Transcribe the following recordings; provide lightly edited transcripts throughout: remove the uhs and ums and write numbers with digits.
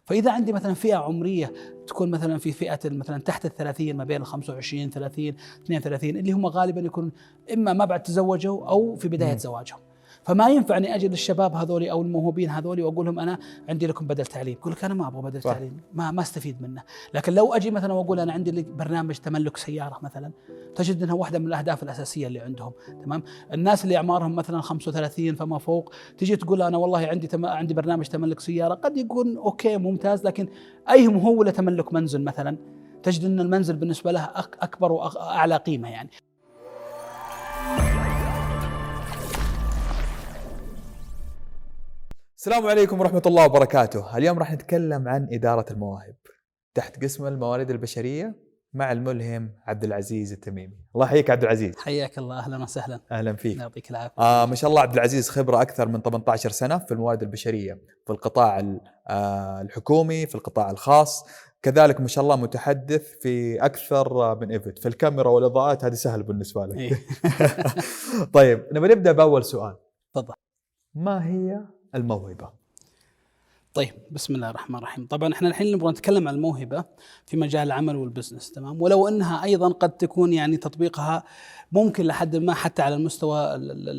فإذا عندي مثلا فئة عمرية تكون مثلا في فئة مثلا تحت 30 ما بين 25 30 32 اللي هم غالبا يكون إما ما بعد تزوجوا أو في بداية زواجهم. فما ينفعني أجي للشباب هذولي أو الموهوبين هذولي وأقول لهم أنا عندي لكم بدل تعليم. يقول لك أنا ما أبغى بدل تعليم، ما استفيد منه. لكن لو أجي مثلا وأقول أنا عندي برنامج تملك سيارة مثلا، تجد أنها واحدة من الأهداف الأساسية اللي عندهم. تمام. الناس اللي أعمارهم مثلا 35 فما فوق تجي تقول أنا والله عندي برنامج تملك سيارة، قد يكون أوكي ممتاز، لكن أيهم هو لتملك منزل مثلا، تجد أن المنزل بالنسبة له أكبر وأعلى قيمة يعني. السلام عليكم ورحمة الله وبركاته. اليوم راح نتكلم عن إدارة المواهب تحت قسم الموارد البشرية مع الملهم عبد العزيز التميمي. الله يحييك عبد العزيز. حياك الله، أهلا وسهلا. أهلا فيك. يعطيك العافية. ما شاء الله عبد العزيز خبرة أكثر من 18 سنة في الموارد البشرية في القطاع الحكومي، في القطاع الخاص، كذلك ما شاء الله متحدث في أكثر من إيفنت. في الكاميرا والإضاءات هذه سهل بالنسبة لك. إيه. طيب نبدأ بأول سؤال. تفضل. ما هي الموهبة؟ طيب بسم الله الرحمن الرحيم. طبعا احنا الحين نبغى نتكلم عن الموهبة في مجال العمل والبزنس، تمام، ولو انها ايضا قد تكون يعني تطبيقها ممكن لحد ما حتى على المستوى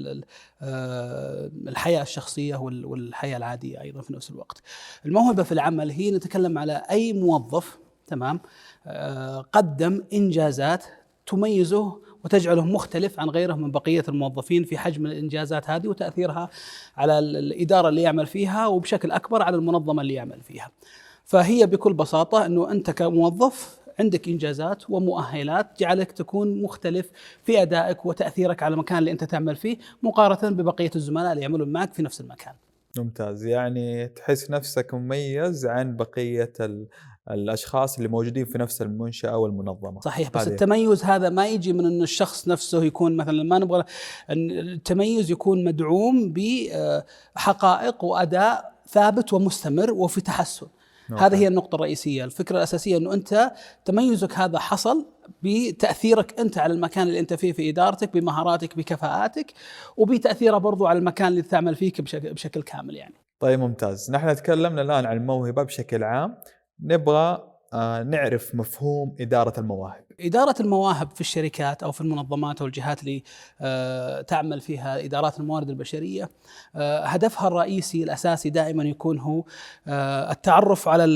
الحياة الشخصية والحياة العادية ايضا في نفس الوقت. الموهبة في العمل هي نتكلم على اي موظف، تمام، قدم انجازات تميزه وتجعله مختلف عن غيره من بقية الموظفين في حجم الإنجازات هذه وتأثيرها على الإدارة اللي يعمل فيها وبشكل أكبر على المنظمة اللي يعمل فيها. فهي بكل بساطة أنه أنت كموظف عندك إنجازات ومؤهلات جعلك تكون مختلف في أدائك وتأثيرك على المكان اللي أنت تعمل فيه مقارنة ببقية الزملاء اللي يعملون معك في نفس المكان. ممتاز، يعني تحس نفسك مميز عن بقية الأشخاص اللي موجودين في نفس المنشأة والمنظمة. صحيح، بس التميز هذا ما يجي من أن الشخص نفسه يكون مثلا، ما نبغى أن التميز يكون مدعوم بحقائق وأداء ثابت ومستمر وفي تحسن. هذه هي النقطة الرئيسية. الفكرة الأساسية أنه أنت تميزك هذا حصل بتأثيرك أنت على المكان اللي أنت فيه في إدارتك، بمهاراتك، بكفاءاتك، وبتأثيره برضو على المكان اللي تعمل فيه بشكل كامل يعني. طيب ممتاز. نحن تكلمنا الآن عن الموهبة بشكل عام، نبغى نعرف مفهوم إدارة المواهب. إدارة المواهب في الشركات أو في المنظمات أو الجهات اللي تعمل فيها إدارات الموارد البشرية، هدفها الرئيسي الأساسي دائما يكون هو التعرف على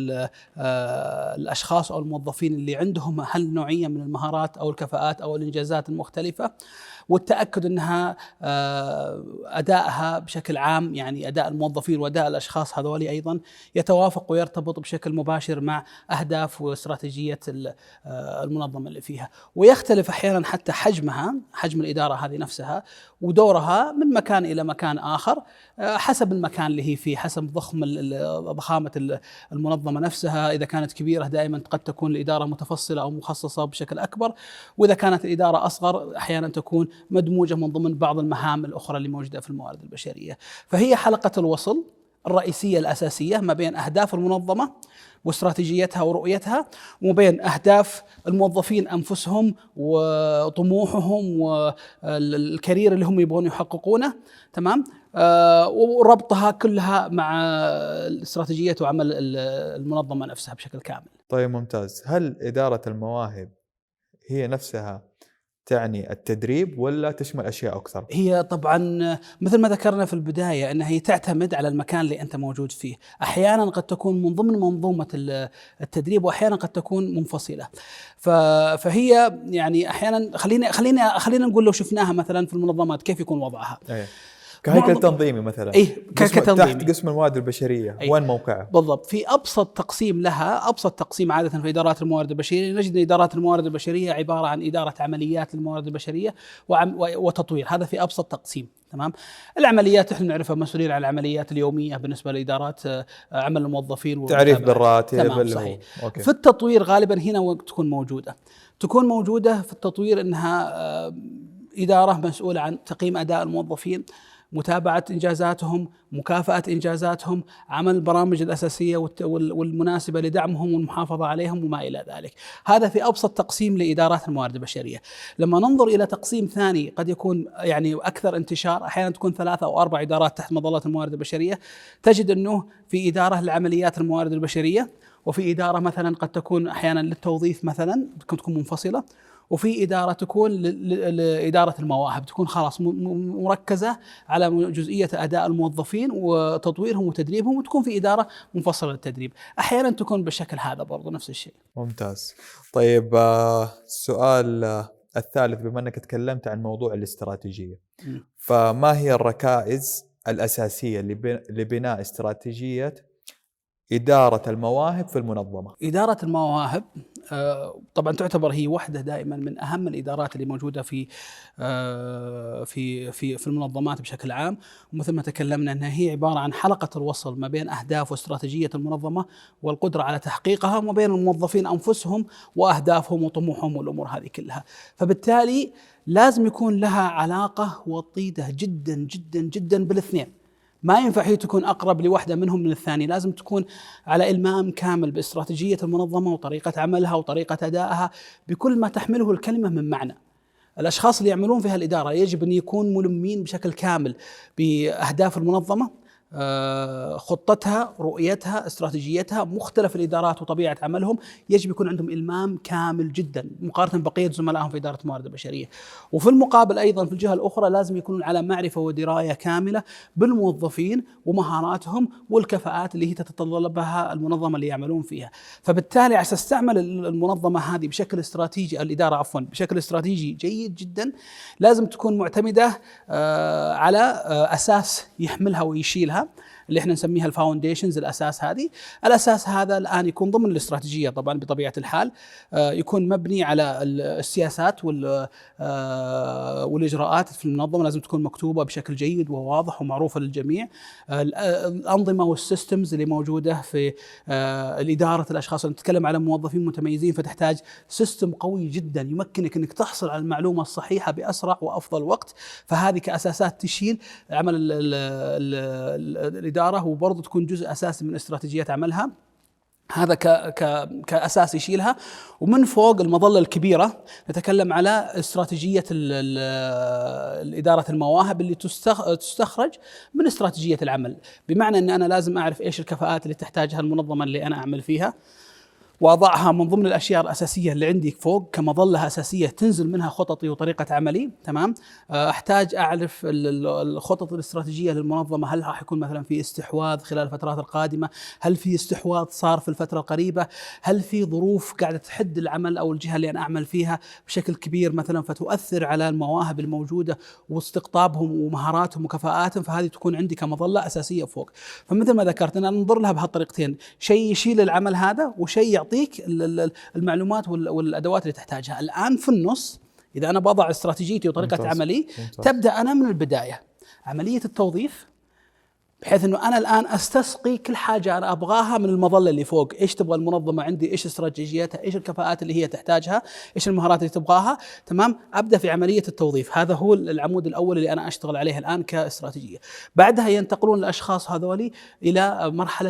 الأشخاص أو الموظفين اللي عندهم هالنوعية من المهارات أو الكفاءات أو الإنجازات المختلفة، والتأكد أنها أدائها بشكل عام، يعني أداء الموظفين وأداء الأشخاص هذول أيضا يتوافق ويرتبط بشكل مباشر مع أهداف واستراتيجية المنظمة اللي فيها. ويختلف أحيانا حتى حجم الإدارة هذه نفسها ودورها من مكان إلى مكان آخر حسب المكان اللي هي فيه، حسب ضخامة المنظمة نفسها. إذا كانت كبيرة دائما قد تكون الإدارة متفصلة أو مخصصة بشكل أكبر، وإذا كانت الإدارة أصغر أحيانا تكون مدموجة من ضمن بعض المهام الأخرى اللي موجودة في الموارد البشرية. فهي حلقة الوصل الرئيسية الأساسية ما بين أهداف المنظمة واستراتيجيتها ورؤيتها، وبين أهداف الموظفين أنفسهم وطموحهم والكارير اللي هم يبغون يحققونه، تمام، وربطها كلها مع استراتيجية وعمل المنظمة نفسها بشكل كامل. طيب ممتاز. هل إدارة المواهب هي نفسها تعني التدريب ولا تشمل أشياء أكثر؟ هي طبعا مثل ما ذكرنا في البداية أنها هي تعتمد على المكان اللي أنت موجود فيه. أحيانا قد تكون من ضمن منظومة التدريب وأحيانا قد تكون منفصلة. فهي يعني أحيانا خلينا نقول لو شفناها مثلا في المنظمات كيف يكون وضعها. كهيكل تنظيمي مثلا. كتنظيمي تحت قسم الموارد البشرية. وين موقعه؟ بالضبط. في أبسط تقسيم لها، أبسط تقسيم عادة في إدارات الموارد البشرية، نجد أن إدارات الموارد البشرية عبارة عن إدارة عمليات الموارد البشرية وتطوير. هذا في أبسط تقسيم، تمام. العمليات احنا نعرفها مسؤولين عن العمليات اليومية بالنسبة لإدارات عمل الموظفين تعريف بالراتب. صحيح. في التطوير غالبا هنا تكون موجودة في التطوير أنها إدارة مسؤولة عن تقييم أداء الموظفين متابعة إنجازاتهم، مكافأة إنجازاتهم، عمل البرامج الأساسية والمناسبة لدعمهم والمحافظة عليهم وما إلى ذلك. هذا في أبسط تقسيم لإدارات الموارد البشرية. لما ننظر إلى تقسيم ثاني قد يكون يعني أكثر انتشار، أحيانا تكون 3 أو 4 إدارات تحت مظلة الموارد البشرية، تجد أنه في إدارة لعمليات الموارد البشرية، وفي إدارة مثلا قد تكون أحيانا للتوظيف مثلا تكون منفصلة، وفي إدارة تكون لإدارة المواهب، تكون خلاص مركزة على جزئية أداء الموظفين وتطويرهم وتدريبهم، وتكون في إدارة منفصلة للتدريب. أحيانا تكون بالشكل هذا برضو نفس الشيء. ممتاز. طيب السؤال الثالث، بما أنك تكلمت عن موضوع الاستراتيجية، فما هي الركائز الأساسية لبناء استراتيجية إدارة المواهب في المنظمة؟ إدارة المواهب طبعا تعتبر هي وحدة دائما من أهم الإدارات اللي موجودة في المنظمات بشكل عام. ومثل ما تكلمنا أنها هي عبارة عن حلقة الوصل ما بين أهداف واستراتيجية المنظمة والقدرة على تحقيقها، وما بين الموظفين أنفسهم وأهدافهم وطموحهم والأمور هذه كلها. فبالتالي لازم يكون لها علاقة وطيدة جدا جدا جدا بالاثنين. ما ينفع هي تكون أقرب لوحدة منهم من الثاني، لازم تكون على إلمام كامل باستراتيجية المنظمة وطريقة عملها وطريقة أدائها بكل ما تحمله الكلمة من معنى. الأشخاص اللي يعملون في هالإدارة يجب أن يكونوا ملمين بشكل كامل بأهداف المنظمة، خطتها، رؤيتها، استراتيجيتها، مختلف الإدارات وطبيعة عملهم. يجب يكون عندهم إلمام كامل جدا مقارنة بقية زملائهم في إدارة الموارد البشرية. وفي المقابل أيضا في الجهة الأخرى لازم يكونون على معرفة ودراية كاملة بالموظفين ومهاراتهم والكفاءات اللي هي تتطلبها المنظمة اللي يعملون فيها. فبالتالي عشان تستعمل المنظمة هذه بشكل استراتيجي، الإدارة عفوا، بشكل استراتيجي جيد جدا، لازم تكون معتمدة على أساس يحملها ويشيلها، اللي احنا نسميها الفاونديشنز. الأساس هذا الآن يكون ضمن الاستراتيجية طبعا بطبيعة الحال، يكون مبني على السياسات والإجراءات في المنظمة، لازم تكون مكتوبة بشكل جيد وواضح ومعروفة للجميع. الأنظمة والسيستمز اللي موجودة في الإدارة الأشخاص، نتكلم على موظفين متميزين، فتحتاج سيستم قوي جدا يمكنك أنك تحصل على المعلومة الصحيحة بأسرع وأفضل وقت. فهذه كأساسات تشيل عمل الإدارة، وبرضه تكون جزء أساسي من استراتيجيات عملها. هذا كأساس يشيلها. ومن فوق المظلة الكبيرة نتكلم على استراتيجية إدارة المواهب اللي تستخرج من استراتيجية العمل، بمعنى أن أنا لازم أعرف إيش الكفاءات اللي تحتاجها المنظمة اللي أنا أعمل فيها، وأضعها من ضمن الأشياء الأساسية اللي عندي فوق كمظلة أساسية تنزل منها خططي وطريقة عملي. تمام. أحتاج أعرف الخطط الاستراتيجية للمنظمة، هل راح يكون مثلا في استحواذ خلال الفترات القادمة؟ هل في استحواذ صار في الفترة القريبة؟ هل في ظروف قاعدة تحد العمل أو الجهة اللي أنا أعمل فيها بشكل كبير مثلا فتؤثر على المواهب الموجودة واستقطابهم ومهاراتهم وكفاءاتهم؟ فهذه تكون عندي كمظلة أساسية فوق. فمثل ما ذكرت أنا ننظر لها بهالطريقتين، شيء يشيل العمل هذا وشيء يعطيك المعلومات والأدوات اللي تحتاجها. الآن في النص إذا أنا بضع استراتيجيتي وطريقة عملي، تبدأ أنا من البداية عملية التوظيف، بحيث أنه أنا الآن أستسقي كل حاجة أنا أبغاها من المظلة اللي فوق. إيش تبغى المنظمة عندي، إيش استراتيجيتها، إيش الكفاءات اللي هي تحتاجها، إيش المهارات اللي تبغاها. تمام. أبدأ في عملية التوظيف، هذا هو العمود الأول اللي أنا أشتغل عليه الآن كاستراتيجية. بعدها ينتقلون الأشخاص هذولي إلى مرحلة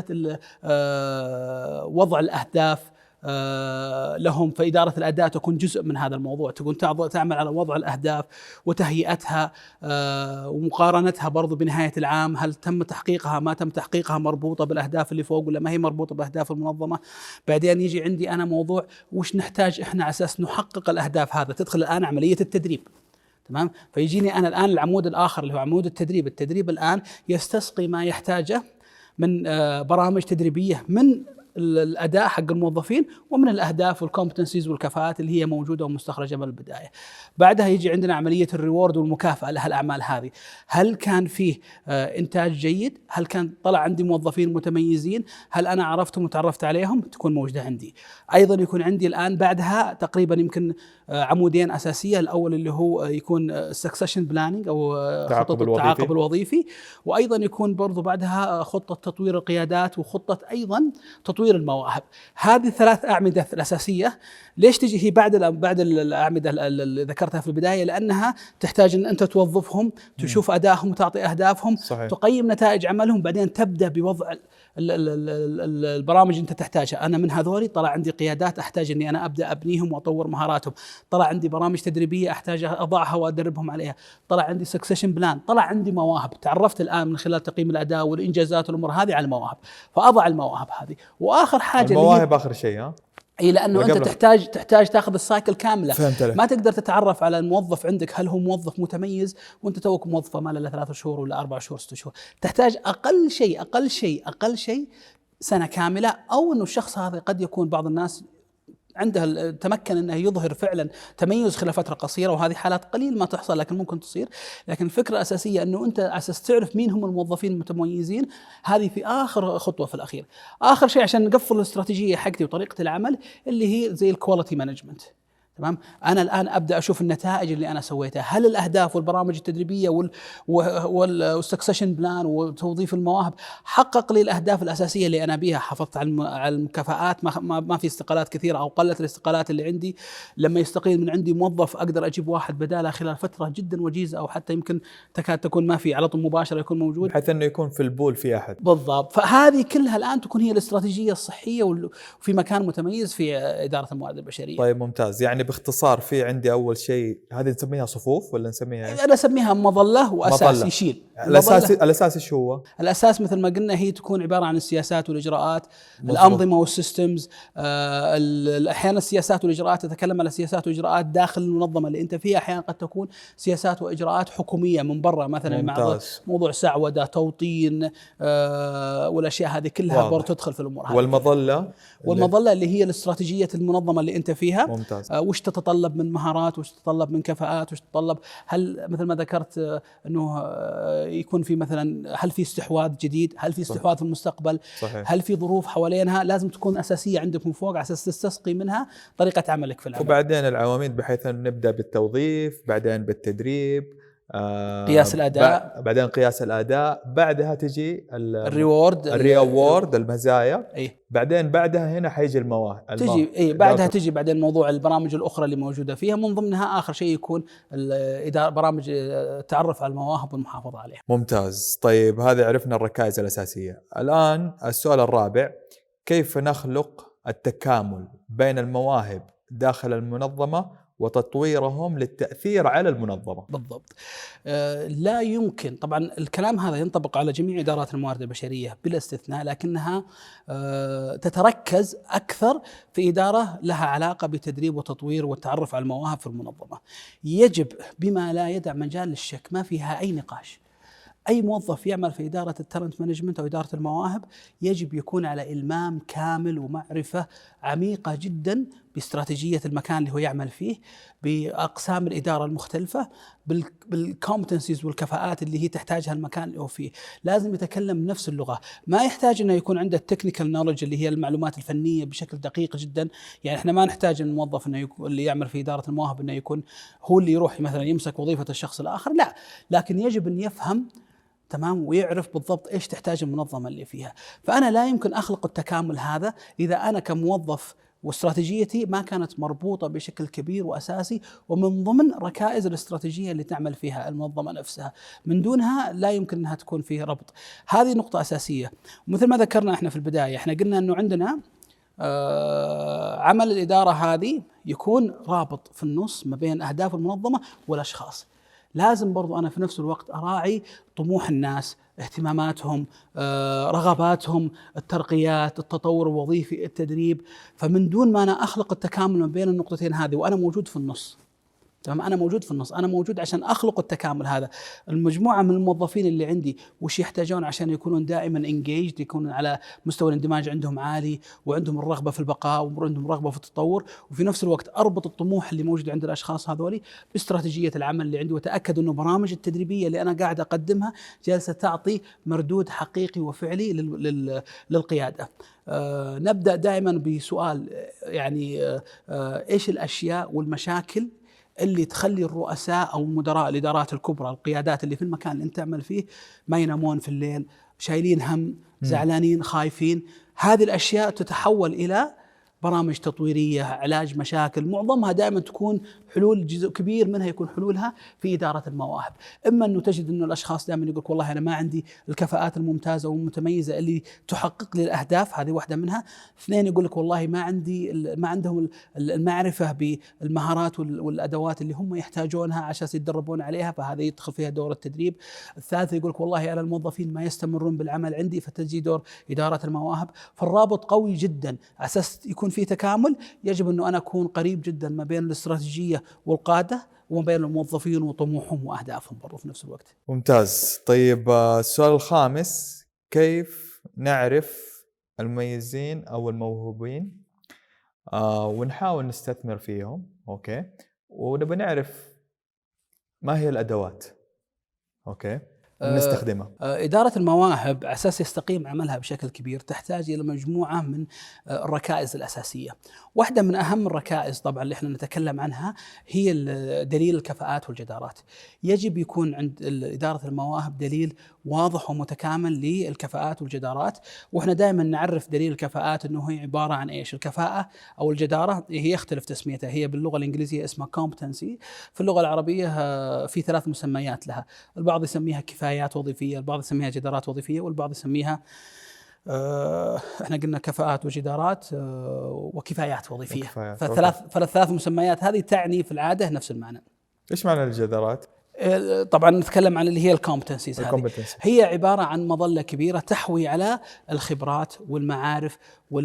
وضع الأهداف لهم. فإدارة الأداء تكون جزء من هذا الموضوع، تكون تعمل على وضع الأهداف وتهيئتها ومقارنتها برضو بنهاية العام، هل تم تحقيقها ما تم تحقيقها، مربوطة بالأهداف اللي فوق ولا ما هي مربوطة بأهداف المنظمة. بعدين يجي عندي أنا موضوع وش نحتاج إحنا على أساس نحقق الأهداف. هذا تدخل الآن عملية التدريب. تمام. فيجيني أنا الآن العمود الآخر اللي هو عمود التدريب. التدريب الآن يستسقي ما يحتاجه من برامج تدريبية من الأداء حق الموظفين ومن الأهداف والكومبتنسيز والكفاءات اللي هي موجودة ومستخرجة من البداية. بعدها يجي عندنا عملية الريورد والمكافأة لهالأعمال هذه. هل كان فيه إنتاج جيد؟ هل كان طلع عندي موظفين متميزين؟ هل أنا عرفتهم وتعرفت عليهم؟ تكون موجودة عندي. أيضا يكون عندي الآن بعدها تقريبا يمكن عمودين أساسية. الأول اللي هو يكون succession planning أو خطة التعاقب الوظيفي، وأيضا يكون برضو بعدها خطة تطوير القيادات وخطة أيضا تطوير وتطوير المواهب. هذه الثلاث أعمدة الأساسية. ليش تجي هي بعد الأعمدة اللي ذكرتها في البداية؟ لأنها تحتاج أن أنت توظفهم، تشوف أدائهم وتعطي أهدافهم، صحيح. تقيم نتائج عملهم، بعدين تبدأ بوضع البرامج اللي أنت تحتاجها. أنا من هذولي طلع عندي قيادات أحتاج أني أنا أبدأ أبنيهم وأطور مهاراتهم، طلع عندي برامج تدريبية أحتاج أضعها وأدربهم عليها، طلع عندي سكسيشن بلان، طلع عندي مواهب. تعرفت الآن من خلال تقييم الأداء والإنجازات والأمور هذه على المواهب، فأضع المواهب هذه. وآخر حاجة المواهب آخر شيء، ها؟ اي، لانه انت تحتاج تاخذ السايكل كامله. ما تقدر تتعرف على الموظف عندك هل هو موظف متميز وانت توك موظفه ما له 3 شهور ولا 4 شهور 6 شهور. تحتاج اقل شيء سنه كامله، او انه الشخص هذا قد يكون بعض الناس عنده تمكن انه يظهر فعلا تميز خلال فتره قصيره، وهذه حالات قليل ما تحصل لكن ممكن تصير. لكن الفكره الاساسيه انه انت على اساس تعرف مين هم الموظفين المتميزين، هذه في اخر خطوه في الاخير. اخر شيء عشان نقفل الاستراتيجيه حقتي وطريقه العمل اللي هي زي الكواليتي مانجمنت. تمام، انا الان ابدا اشوف النتائج اللي انا سويتها، هل الاهداف والبرامج التدريبيه والسكسيشن بلان وتوظيف المواهب حقق لي الاهداف الاساسيه اللي انا بيها؟ حافظت على المكافآت، ما في استقالات كثيره او قلت الاستقالات اللي عندي. لما يستقيل من عندي موظف اقدر اجيب واحد بداله خلال فتره جدا وجيزه، او حتى يمكن تكاد تكون ما في على طول مباشره يكون موجود، بحيث انه يكون في البول في احد. بالضبط. فهذه كلها الان تكون هي الاستراتيجيه الصحيه وفي مكان متميز في اداره الموارد البشريه. طيب ممتاز. يعني باختصار في عندي اول شيء هذه نسميها صفوف ولا نسميها ايش؟ انا اسميها مظله واساس يشيل. الاساس ايش هو؟ الاساس مثل ما قلنا هي تكون عباره عن السياسات والاجراءات، الانظمه والسيستمز. احيانا السياسات والاجراءات تتكلم على سياسات واجراءات داخل المنظمه اللي انت فيها، احيانا قد تكون سياسات واجراءات حكوميه من برا، مثلا مع موضوع سعوده، توطين، والاشياء هذه كلها برضو تدخل في الامور هذه. والمظله اللي هي الاستراتيجيه المنظمه اللي انت فيها. ممتاز. وش تتطلب من مهارات، وش تتطلب من كفاءات، وش تتطلب، هل مثل ما ذكرت انه يكون في مثلا هل في استحواذ جديد، هل في استحواذ في المستقبل، صحيح. هل في ظروف حوالينها لازم تكون اساسيه عندك من فوق على اساس تستسقي منها طريقه عملك في العمل. وبعدين العواميد بحيث ان نبدا بالتوظيف، بعدين بالتدريب، قياس الاداء، بعدين قياس الاداء، بعدها تجي الريورد المزايا. أي. بعدها هنا حيجي المواهب تجي بعدها تجي بعدين موضوع البرامج الاخرى اللي موجوده فيها، من ضمنها اخر شيء يكون برامج التعرف على المواهب والمحافظه عليها. ممتاز. طيب هذه عرفنا الركائز الاساسيه. الان السؤال الرابع، كيف نخلق التكامل بين المواهب داخل المنظمه وتطويرهم للتأثير على المنظمة؟ بالضبط. لا يمكن، طبعا الكلام هذا ينطبق على جميع إدارات الموارد البشرية بلا استثناء، لكنها تتركز أكثر في إدارة لها علاقة بتدريب وتطوير والتعرف على المواهب في المنظمة. يجب بما لا يدع مجال للشك، ما فيها أي نقاش، أي موظف يعمل في إدارة التالنت مانجمنت أو إدارة المواهب يجب يكون على إلمام كامل ومعرفة عميقة جدا باستراتيجية المكان اللي هو يعمل فيه، بأقسام الإدارة المختلفة، بالكومبتنسيز والكفاءات اللي هي تحتاجها المكان اللي هو فيه. لازم يتكلم نفس اللغة، ما يحتاج أنه يكون عنده التكنيكال نولج اللي هي المعلومات الفنية بشكل دقيق جدا. يعني إحنا ما نحتاج الموظف أنه اللي يعمل في إدارة المواهب أنه يكون هو اللي يروح مثلا يمسك وظيفة الشخص الآخر، لا، لكن يجب أن يفهم تمام ويعرف بالضبط إيش تحتاج المنظمة اللي فيها. فأنا لا يمكن أخلق التكامل هذا إذا أنا كموظف واستراتيجيتي ما كانت مربوطة بشكل كبير وأساسي ومن ضمن ركائز الاستراتيجية اللي تعمل فيها المنظمة نفسها. من دونها لا يمكن أنها تكون فيه ربط. هذه نقطة أساسية. ومثل ما ذكرنا إحنا في البداية، إحنا قلنا أنه عندنا عمل الإدارة هذه يكون رابط في النص ما بين أهداف المنظمة والأشخاص. لازم برضو أنا في نفس الوقت أراعي طموح الناس، اهتماماتهم، رغباتهم، الترقيات، التطور الوظيفي، التدريب. فمن دون ما أنا أخلق التكامل ما بين النقطتين هذه وأنا موجود في النص، تمام، أنا موجود في النص، أنا موجود عشان أخلق التكامل هذا. المجموعة من الموظفين اللي عندي وش يحتاجون عشان يكونون دائما engaged، يكونون على مستوى الاندماج عندهم عالي، وعندهم الرغبة في البقاء وعندهم الرغبة في التطور، وفي نفس الوقت أربط الطموح اللي موجود عند الأشخاص هذولي باستراتيجية العمل اللي عندي، وتأكد أنه برامج التدريبية اللي أنا قاعد أقدمها جالسة تعطي مردود حقيقي وفعلي للقيادة. نبدأ دائما بسؤال، يعني إيش الأشياء والمشاكل اللي تخلي الرؤساء أو مدراء الإدارات الكبرى، القيادات اللي في المكان اللي أنت تعمل فيه ما ينامون في الليل، شايلين هم، زعلانين، خايفين؟ هذه الأشياء تتحول إلى برامج تطويرية، علاج مشاكل، معظمها دائما تكون حلول، جزء كبير منها يكون حلولها في إدارة المواهب. إما أنه تجد أنه الأشخاص دائما يقول والله أنا ما عندي الكفاءات الممتازة والمتميزة اللي تحقق لي الأهداف، هذه واحدة منها. اثنين يقول لك والله ما عندهم المعرفة بالمهارات والأدوات اللي هم يحتاجونها عشان يتدربون عليها، فهذا يدخل فيها دور التدريب. الثالث يقول لك والله أنا الموظفين ما يستمرون بالعمل عندي، فتجي دور إدارة المواهب. فالرابط قوي جدا، أساس يكون في تكامل يجب أنه أنا أكون قريب جدا ما بين الاستراتيجية والقادة وما بين الموظفين وطموحهم وأهدافهم برضو في نفس الوقت. ممتاز. طيب السؤال الخامس، كيف نعرف المميزين أو الموهوبين ونحاول نستثمر فيهم؟ أوكي، ونبي نعرف ما هي الأدوات نستخدمها. إدارة المواهب أساس يستقيم عملها بشكل كبير تحتاج إلى مجموعة من الركائز الأساسية. واحدة من أهم الركائز طبعا اللي احنا نتكلم عنها هي دليل الكفاءات والجدارات. يجب يكون عند إدارة المواهب دليل واضح ومتكامل للكفاءات والجدارات. وإحنا دائما نعرف دليل الكفاءات أنه هي عبارة عن إيش؟ الكفاءة أو الجدارة هي يختلف تسميتها، هي باللغة الإنجليزية اسمها competency، في اللغة العربية في 3 مسميات لها. البعض يسميها كفايات وظيفية، البعض يسميها جدارات وظيفية، والبعض يسميها احنا قلنا كفاءات وجدارات وكفايات وظيفية. فالثلاث مسميات هذه تعني في العادة نفس المعنى. ايش معنى الجدارات؟ طبعا نتكلم عن اللي هي الكومبتنسيز. هي عبارة عن مظلة كبيرة تحوي على الخبرات والمعارف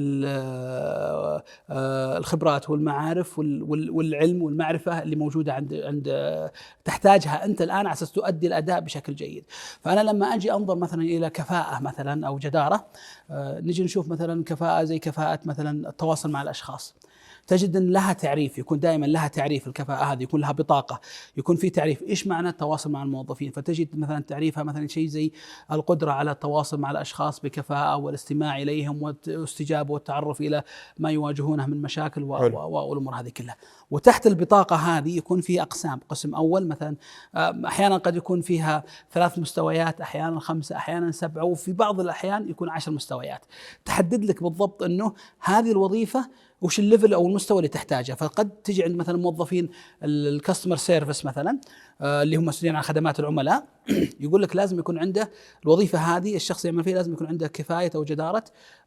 والعلم والمعرفة اللي موجودة عند تحتاجها أنت الآن على أساس تؤدي الأداء بشكل جيد. فأنا لما أجي أنظر مثلا إلى كفاءة مثلا أو جدارة، نجي نشوف مثلا كفاءة زي كفاءة مثلا التواصل مع الأشخاص، تجد أن لها تعريف، يكون دائما لها تعريف. الكفاءة هذه يكون لها بطاقة، يكون في تعريف إيش معنى التواصل مع الموظفين. فتجد مثلا تعريفها مثلا شيء زي القدرة على التواصل مع الأشخاص بكفاءة والاستماع إليهم والاستجابة والتعرف إلى ما يواجهونه من مشاكل والأمور هذه كلها. وتحت البطاقة هذه يكون في أقسام. قسم أول مثلا أحيانا قد يكون فيها 3 مستويات، أحيانا 5، أحيانا 7، وفي بعض الأحيان يكون 10 مستويات تحدد لك بالضبط أنه هذه الوظيفة وش الليفل أو المستوى اللي تحتاجه. فقد تجي عند مثلا موظفين الكاستمر سيرفيس مثلا اللي هم مسؤولين عن خدمات العملاء، يقول لك لازم يكون عنده الوظيفة هذه، الشخص يعمل فيها لازم يكون عنده كفاية أو جدارة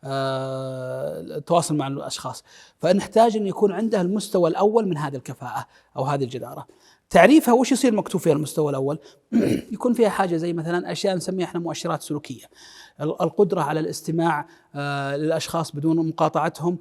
التواصل مع الأشخاص. فنحتاج أن يكون عنده المستوى الأول من هذه الكفاءة أو هذه الجدارة. تعريفها وش يصير مكتوب فيها المستوى الأول؟ يكون فيها حاجة زي مثلا أشياء نسميها احنا مؤشرات سلوكية، القدرة على الاستماع للأشخاص بدون مقاطعتهم،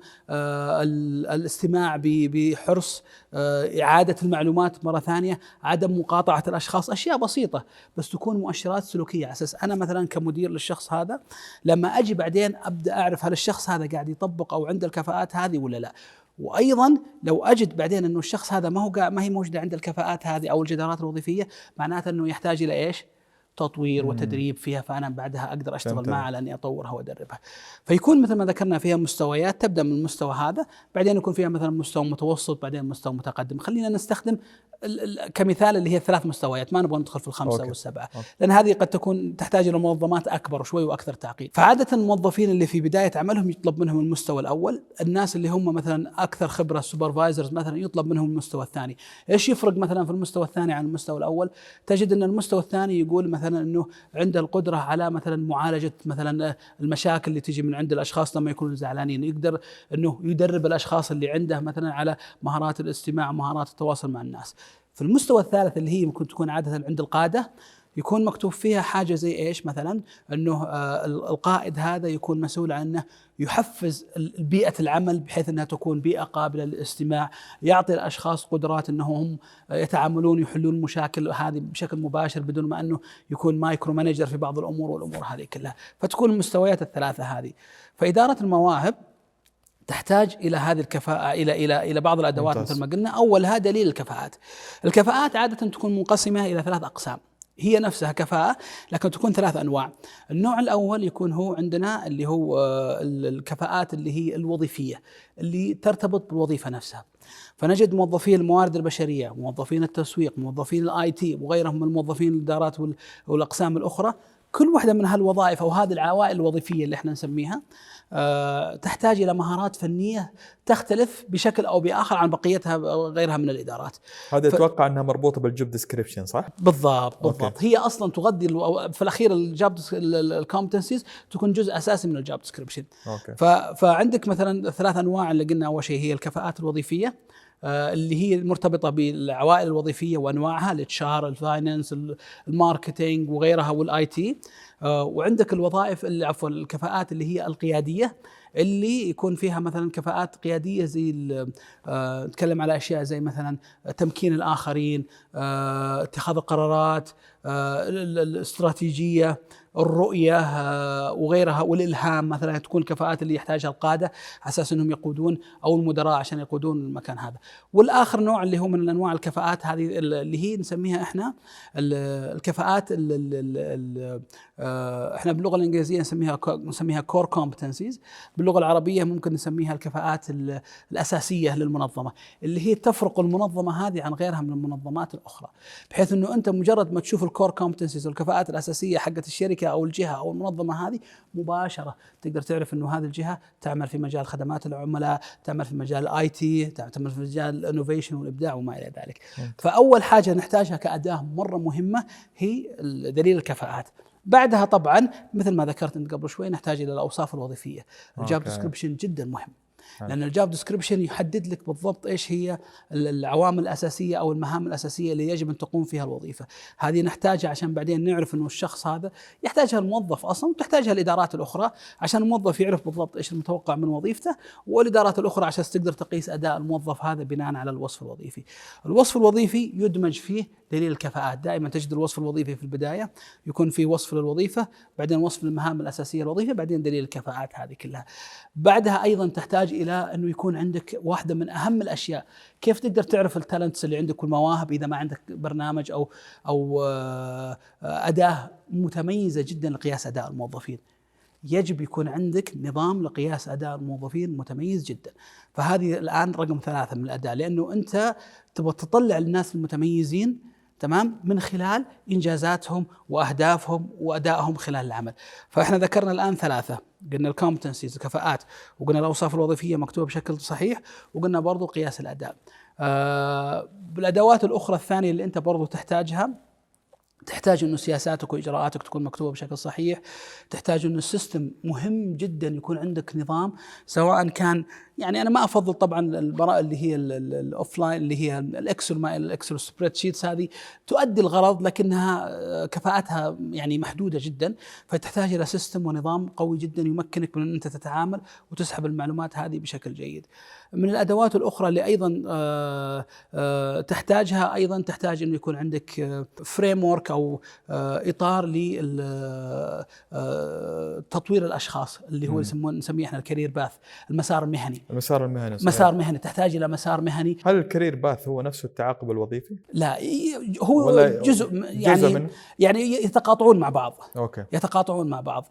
الاستماع بحرص، إعادة المعلومات مرة ثانية، عدم مقاطعة الأشخاص. أشياء بسيطة بس تكون مؤشرات سلوكية، على أساس أنا مثلا كمدير للشخص هذا لما أجي بعدين أبدأ أعرف هل الشخص هذا قاعد يطبق أو عنده الكفاءات هذه ولا لا. وأيضا لو أجد بعدين أنه الشخص هذا ما هي موجودة عند الكفاءات هذه أو الجدارات الوظيفية، معناته أنه يحتاج إلى إيش؟ تطوير وتدريب فيها، فأنا بعدها أقدر أشتغل معها على أني أطورها وأدربها. فيكون مثل ما ذكرنا فيها مستويات، تبدأ من المستوى هذا، بعدين يكون فيها مثلا مستوى متوسط، بعدين مستوى متقدم. خلينا نستخدم كمثال اللي هي 3 مستويات، ما نبغى ندخل في ال5 أو ال7، لأن هذه قد تكون تحتاج إلى منظمات أكبر شوي وأكثر تعقيد. فعادة الموظفين اللي في بداية عملهم يطلب منهم المستوى الأول، الناس اللي هم مثلا أكثر خبرة سوبرفايزرز مثلا يطلب منهم المستوى الثاني. إيش يفرق مثلا في المستوى الثاني عن المستوى الأول؟ تجد أن المستوى الثاني يقول مثلا أنه عنده القدرة على مثلا معالجة مثلا المشاكل اللي تجي من عند الأشخاص لما يكونوا زعلانين، يقدر أنه يدرب الأشخاص اللي عنده مثلا على مهارات الاستماع ومهارات التواصل مع الناس. في المستوى الثالث اللي هي ممكن تكون عادة عند القادة، يكون مكتوب فيها حاجة زي إيش مثلا أنه القائد هذا يكون مسؤول عن أنه يحفز بيئة العمل بحيث أنها تكون بيئة قابلة للاستماع، يعطي الأشخاص قدرات أنهم يتعاملون يحلون مشاكل هذه بشكل مباشر بدون ما أنه يكون مايكرو مانجر في بعض الأمور والأمور هذه كلها. فتكون المستويات ال3 هذه. فإدارة المواهب تحتاج إلى هذه الكفاءة إلى بعض الأدوات مثل ما قلنا. أولها دليل الكفاءات. الكفاءات عادة تكون منقسمة إلى 3 أقسام، هي نفسها كفاءة لكن تكون 3 أنواع. النوع الأول يكون هو عندنا اللي هو الكفاءات اللي هي الوظيفية اللي ترتبط بالوظيفة نفسها. فنجد موظفين الموارد البشرية، موظفين التسويق، موظفين الIT وغيرهم من الموظفين الإدارات والأقسام الأخرى، كل واحدة من هالوظائف أو هذه العوائل الوظيفية اللي احنا نسميها تحتاج إلى مهارات فنية تختلف بشكل أو بآخر عن بقيتها غيرها من الإدارات. هذا أتوقع أنها مربوطة بالجوب ديسكريبشن صح؟ بالضبط. هي أصلا تغذي في الأخير الجوب الكومبتنسيز تكون جزء أساسي من الجوب ديسكريبشن. فعندك مثلا 3 أنواع اللي قلنا. أول شيء هي الكفاءات الوظيفية اللي هي مرتبطة بالعوائل الوظيفية وأنواعها، الاتشار، الفاينانس، الماركتينج وغيرها، والاي تي. وعندك الوظائف اللي الكفاءات اللي هي القيادية اللي يكون فيها مثلا كفاءات قيادية زي نتكلم على أشياء زي مثلا تمكين الآخرين، اتخاذ القرارات، الاستراتيجية، الرؤية وغيرها، والإلهام مثلا تكون الكفاءات اللي يحتاجها القادة على أساس أنهم يقودون أو المدراء عشان يقودون المكان هذا. والآخر نوع اللي هو من أنواع الكفاءات هذه اللي هي نسميها إحنا الكفاءات إحنا باللغة الإنجليزية نسميها core competencies، باللغة العربية ممكن نسميها الكفاءات الأساسية للمنظمة اللي هي تفرق المنظمة هذه عن غيرها من المنظمات الأخرى، بحيث أنه أنت مجرد ما تشوف الكور كومبتنسيز والكفاءات الأساسية حقت الشركة أو الجهة أو المنظمة هذه مباشرة تقدر تعرف أنه هذه الجهة تعمل في مجال خدمات العملاء، تعمل في مجال الاي تي، تعمل في مجال الانوفيشن والإبداع وما إلى ذلك. فأول حاجة نحتاجها كأداة مرة مهمة هي دليل الكفاءات. بعدها طبعا مثل ما ذكرت انت قبل شوي نحتاج الى الاوصاف الوظيفيه. الجوب ديسكريبشن جدا مهم، لأن الجوب ديسكريبشن يحدد لك بالضبط إيش هي العوامل الأساسية أو المهام الأساسية اللي يجب أن تقوم فيها الوظيفة. هذه نحتاجها عشان بعدين نعرف أنه الشخص هذا يحتاجها الموظف أصلا، وتحتاجها الإدارات الأخرى عشان الموظف يعرف بالضبط إيش المتوقع من وظيفته، والإدارات الأخرى عشان تقدر تقيس أداء الموظف هذا بناء على الوصف الوظيفي. الوصف الوظيفي يدمج فيه دليل الكفاءات. دائما تجد الوصف الوظيفي في البداية يكون في وصف للوظيفة، بعدين وصف المهام الأساسية للوظيفة، بعدين دليل الكفاءات هذه كلها. بعدها أيضا تحتاج إلى أنه يكون عندك واحدة من أهم الأشياء، كيف تقدر تعرف التالنتس اللي عندك والمواهب إذا ما عندك برنامج أو أداة متميزة جدا لقياس أداء الموظفين. يجب يكون عندك نظام لقياس أداء الموظفين متميز جدا. فهذه الآن رقم 3 من الأداء، لأنه أنت تبغى تطلع الناس المتميزين تمام من خلال إنجازاتهم وأهدافهم وأدائهم خلال العمل. فإحنا ذكرنا الآن 3، قلنا الكومبتنسيز الكفاءات، وقلنا الأوصاف الوظيفية مكتوبة بشكل صحيح، وقلنا برضو قياس الأداء. بالأدوات الأخرى الثانية اللي أنت برضو تحتاجها، تحتاج أنه سياساتك وإجراءاتك تكون مكتوبة بشكل صحيح، تحتاج أنه السيستم مهم جدا يكون عندك نظام، سواء كان يعني أنا ما أفضل طبعا البراءة اللي هي الأوفلاين اللي هي الإكسل، ما الإكسل سبريد شيتس، هذه تؤدي الغرض لكنها كفاءتها يعني محدودة جدا. فتحتاج إلى سيستم ونظام قوي جدا يمكنك من أن أنت تتعامل وتسحب المعلومات هذه بشكل جيد. من الأدوات الأخرى اللي أيضا تحتاجها، أيضا تحتاج أنه يكون عندك فريم ورك أو إطار لتطوير الأشخاص اللي هو نسميه إحنا الكارير باث، المسار المهني. مسار مهني، تحتاج إلى مسار مهني. هل الكارير باث هو نفسه التعاقب الوظيفي؟ لا، هو جزء يعني يتقاطعون مع بعض. يتقاطعون مع بعض،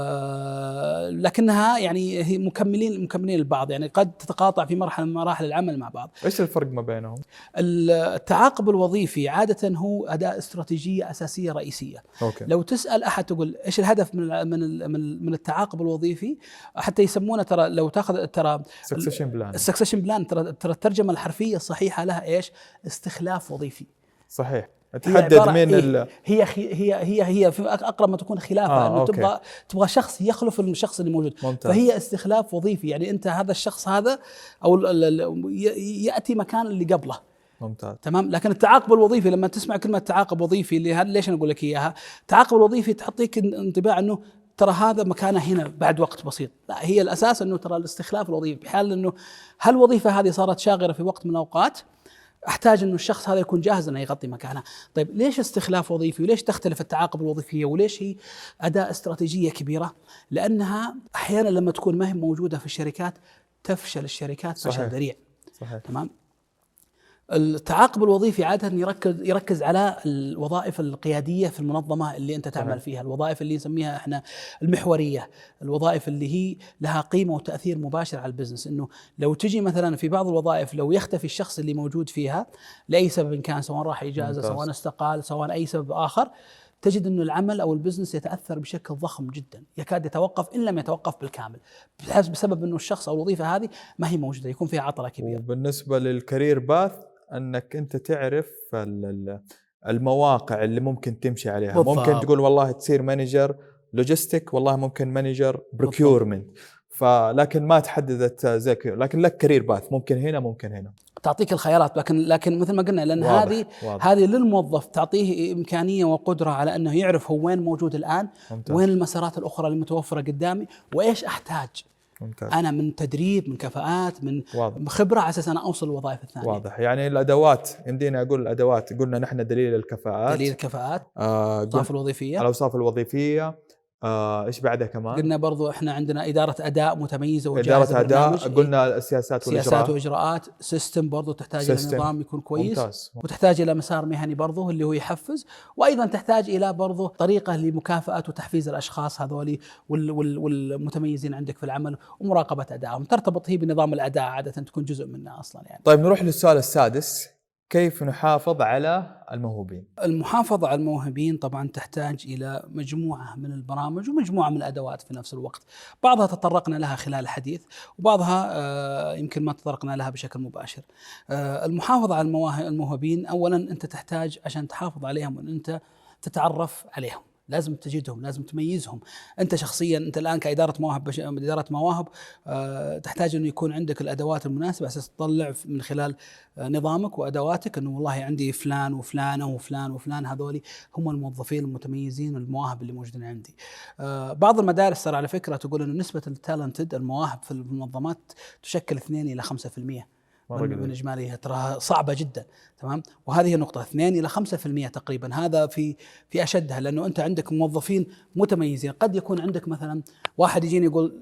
لكنها يعني هي مكملين البعض، يعني قد تتقاطع في مرحلة من مراحل العمل مع بعض. إيش الفرق ما بينهم؟ التعاقب الوظيفي عادة هو أداة استراتيجية أساسية رئيسية. لو تسأل أحد تقول إيش الهدف من التعاقب الوظيفي، حتى يسمونه ترى لو تأخذ ترى السكسيشن بلان، ترى الترجمة الحرفية الصحيحة لها إيش؟ استخلاف وظيفي. صحيح. تحدد من هي في أقرب ما تكون خلافة، إنه تبغى شخص يخلف الشخص اللي موجود. ممتاز. فهي استخلاف وظيفي، يعني أنت هذا الشخص هذا أو يأتي مكان اللي قبله. ممتاز. تمام. لكن التعاقب الوظيفي لما تسمع كلمة تعاقب وظيفي اللي ليش أنا أقول لك إياها؟ التعاقب الوظيفي تعطيك انطباع إنه ترى هذا مكانه هنا بعد وقت بسيط. لا، هي الأساس إنه ترى الاستخلاف الوظيفي، بحال إنه هالوظيفة هذه صارت شاغرة في وقت من الأوقات، أحتاج إنه الشخص هذا يكون جاهز إنه يغطي مكانه. طيب ليش استخلاف وظيفي؟ وليش تختلف التعاقب الوظيفية؟ وليش هي أداة استراتيجية كبيرة؟ لأنها أحيانا لما تكون ما هي موجودة في الشركات تفشل الشركات فشل ذريع. صحيح. تمام. التعاقب الوظيفي عادة يركز على الوظائف القيادية في المنظمة اللي أنت تعمل فيها، الوظائف اللي نسميها إحنا المحورية، الوظائف اللي هي لها قيمة وتأثير مباشر على البزنس. إنه لو تجي مثلا في بعض الوظائف لو يختفي الشخص اللي موجود فيها لأي سبب كان، سواء راح إجازة، سواء استقال، سواء أي سبب آخر، تجد أنه العمل أو البزنس يتأثر بشكل ضخم جدا، يكاد يتوقف إن لم يتوقف بالكامل، بسبب أنه الشخص أو الوظيفة هذه ما هي موجودة، يكون فيها عطلة كبيرة. وبالنسبة للكارير باث أنك أنت تعرف المواقع اللي ممكن تمشي عليها. بالضبط. ممكن تقول والله تصير مانجر لوجيستيك، والله ممكن مانجر بروكيورمنت، فلكن ما تحددت زي كذا، لكن لك كارير باث ممكن هنا ممكن هنا، تعطيك الخيارات. لكن مثل ما قلنا، لأن هذه للموظف تعطيه إمكانية وقدرة على أنه يعرف هو وين موجود الآن، ممتاز. وين المسارات الأخرى المتوفرة قدامي، وإيش أحتاج ممتاز. أنا من تدريب، من كفاءات، من واضح. خبرة، على أساس أنا أوصل الوظائف الثانية. واضح. يعني الأدوات، يمدينا أقول الأدوات، قلنا نحن دليل الكفاءات، دليل الكفاءات، الأوصاف الوظيفية، الأوصاف الوظيفية، إيش بعدها كمان؟ قلنا برضو إحنا عندنا إدارة أداء متميزة إدارة وجاهزة، أداء، قلنا السياسات وإجراءات، سيستم برضو تحتاج إلى نظام يكون كويس. ممتاز. وتحتاج إلى مسار مهني برضو اللي هو يحفز، وأيضا تحتاج إلى برضو طريقة لمكافأة وتحفيز الأشخاص هذولي والمتميزين عندك في العمل، ومراقبة أدائهم. ترتبط هي بنظام الأداء، عادة تكون جزء منه أصلا يعني. طيب نروح للسؤال السادس، كيف نحافظ على الموهوبين؟ المحافظة على الموهوبين طبعا تحتاج إلى مجموعة من البرامج ومجموعة من الأدوات في نفس الوقت. بعضها تطرقنا لها خلال الحديث، وبعضها يمكن ما تطرقنا لها بشكل مباشر. المحافظة على الموهوبين، أولا أنت تحتاج عشان تحافظ عليهم أن أنت تتعرف عليهم، لازم تجدهم، لازم تميزهم. أنت شخصيا، أنت الآن كإدارة مواهب تحتاج أنه يكون عندك الأدوات المناسبة على أساس تطلع من خلال نظامك وأدواتك أنه والله عندي فلان وفلانة وفلان وفلان، هذولي هم الموظفين المتميزين والمواهب اللي موجودين عندي. بعض المدارس ترى على فكرة تقول أنه نسبة التالنتد المواهب في المنظمات تشكل 2 إلى 5% من إجماليها، ترى صعبة جدا. تمام. وهذه النقطة 2 إلى 5% تقريبا، هذا في أشدها، لأنه أنت عندك موظفين متميزين. قد يكون عندك مثلا واحد يجيني يقول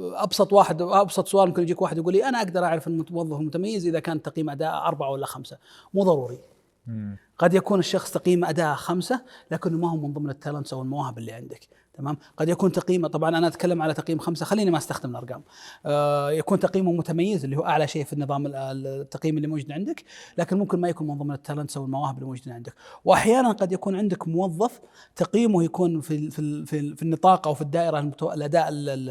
أبسط سؤال، ممكن يجيك واحد يقول لي أنا أقدر أعرف الموظف المتميز إذا كان تقييم أداء 4 ولا 5. مو ضروري. قد يكون الشخص تقييم أداء 5 لكنه ما هو من ضمن التالنتس أو المواهب اللي عندك. تمام. قد يكون تقييمه، طبعا أنا أتكلم على تقييم 5، خليني ما استخدم الأرقام. يكون تقييمه متميز اللي هو أعلى شيء في النظام التقييم اللي موجود عندك، لكن ممكن ما يكون من ضمن التالنتس أو المواهب اللي موجودين عندك. وأحيانا قد يكون عندك موظف تقييمه يكون في النطاق أو في الدائرة الأداء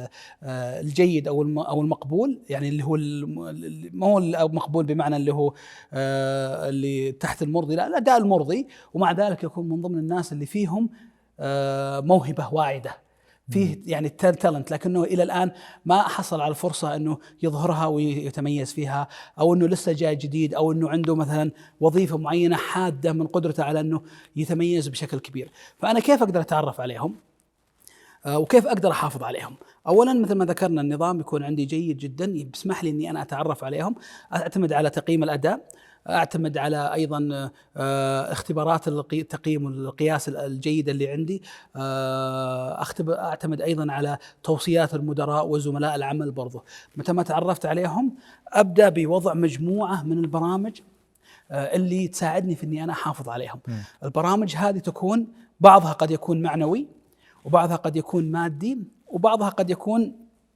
الجيد أو المقبول، يعني اللي هو ما هو المقبول بمعنى اللي هو اللي تحت المرضي، لا، الأداء المرضي، ومع ذلك يكون من ضمن الناس اللي فيهم موهبة واعدة فيه، يعني تالنت، لكنه إلى الآن ما حصل على الفرصة أنه يظهرها ويتميز فيها، أو أنه لسه جاي جديد، أو أنه عنده مثلا وظيفة معينة حادة من قدرته على أنه يتميز بشكل كبير. فأنا كيف أقدر أتعرف عليهم وكيف أقدر أحافظ عليهم؟ أولا مثل ما ذكرنا، النظام يكون عندي جيد جدا بيسمح لي أني أنا أتعرف عليهم. أعتمد على تقييم الأداء، أعتمد على أيضا اختبارات التقييم والقياس الجيدة اللي عندي، أعتمد أيضا على توصيات المدراء وزملاء العمل برضو. متى ما تعرفت عليهم أبدأ بوضع مجموعة من البرامج اللي تساعدني في أني أنا أحافظ عليهم. البرامج هذه تكون بعضها قد يكون معنوي، وبعضها قد يكون مادي، وبعضها قد يكون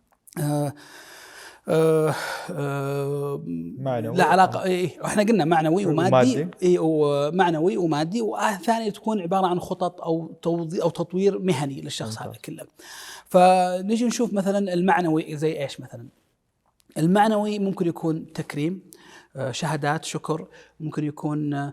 معنوي. لا علاقة. احنا قلنا معنوي ومادي. ومعنوي ومادي، وثاني تكون عبارة عن خطط أو تطوير مهني للشخص هذا كله. فنجي نشوف مثلا المعنوي زي إيش. مثلا المعنوي ممكن يكون تكريم، شهادات شكر، ممكن يكون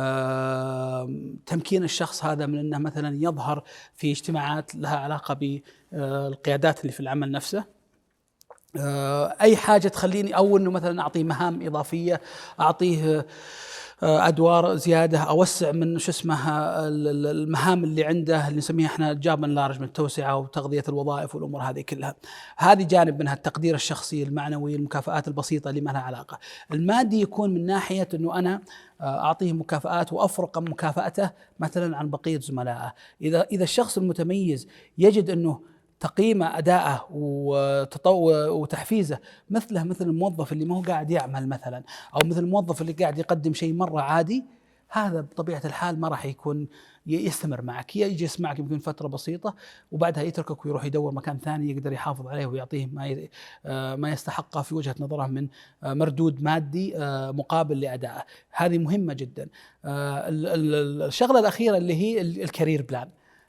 تمكين الشخص هذا من أنه مثلا يظهر في اجتماعات لها علاقة بالقيادات اللي في العمل نفسه، أي حاجة تخليني، أو أنه مثلا أعطيه مهام إضافية، أعطيه أدوار زيادة، أوسع من المهام اللي عنده، اللي نسميها إحنا جاب لارج، من التوسعة وتغذية الوظائف والأمور هذه كلها. هذه جانب منها، التقدير الشخصي المعنوي، المكافآت البسيطة اللي ما لها علاقة. المادي يكون من ناحية أنه أنا أعطيه مكافآت وأفرق مكافأته مثلا عن بقية زملائه. إذا الشخص المتميز يجد أنه تقييم أداءه وتحفيزه مثل الموظف اللي ما هو قاعد يعمل مثلا، أو مثل الموظف اللي قاعد يقدم شيء مرة عادي، هذا بطبيعة الحال ما راح يكون يستمر معك. يجي يسمعك يمكن فترة بسيطة وبعدها يتركك ويروح يدور مكان ثاني يقدر يحافظ عليه ويعطيه ما يستحقه في وجهة نظره من مردود مادي مقابل لأدائه. هذه مهمة جدا. الشغلة الأخيرة اللي هي الكارير بلان.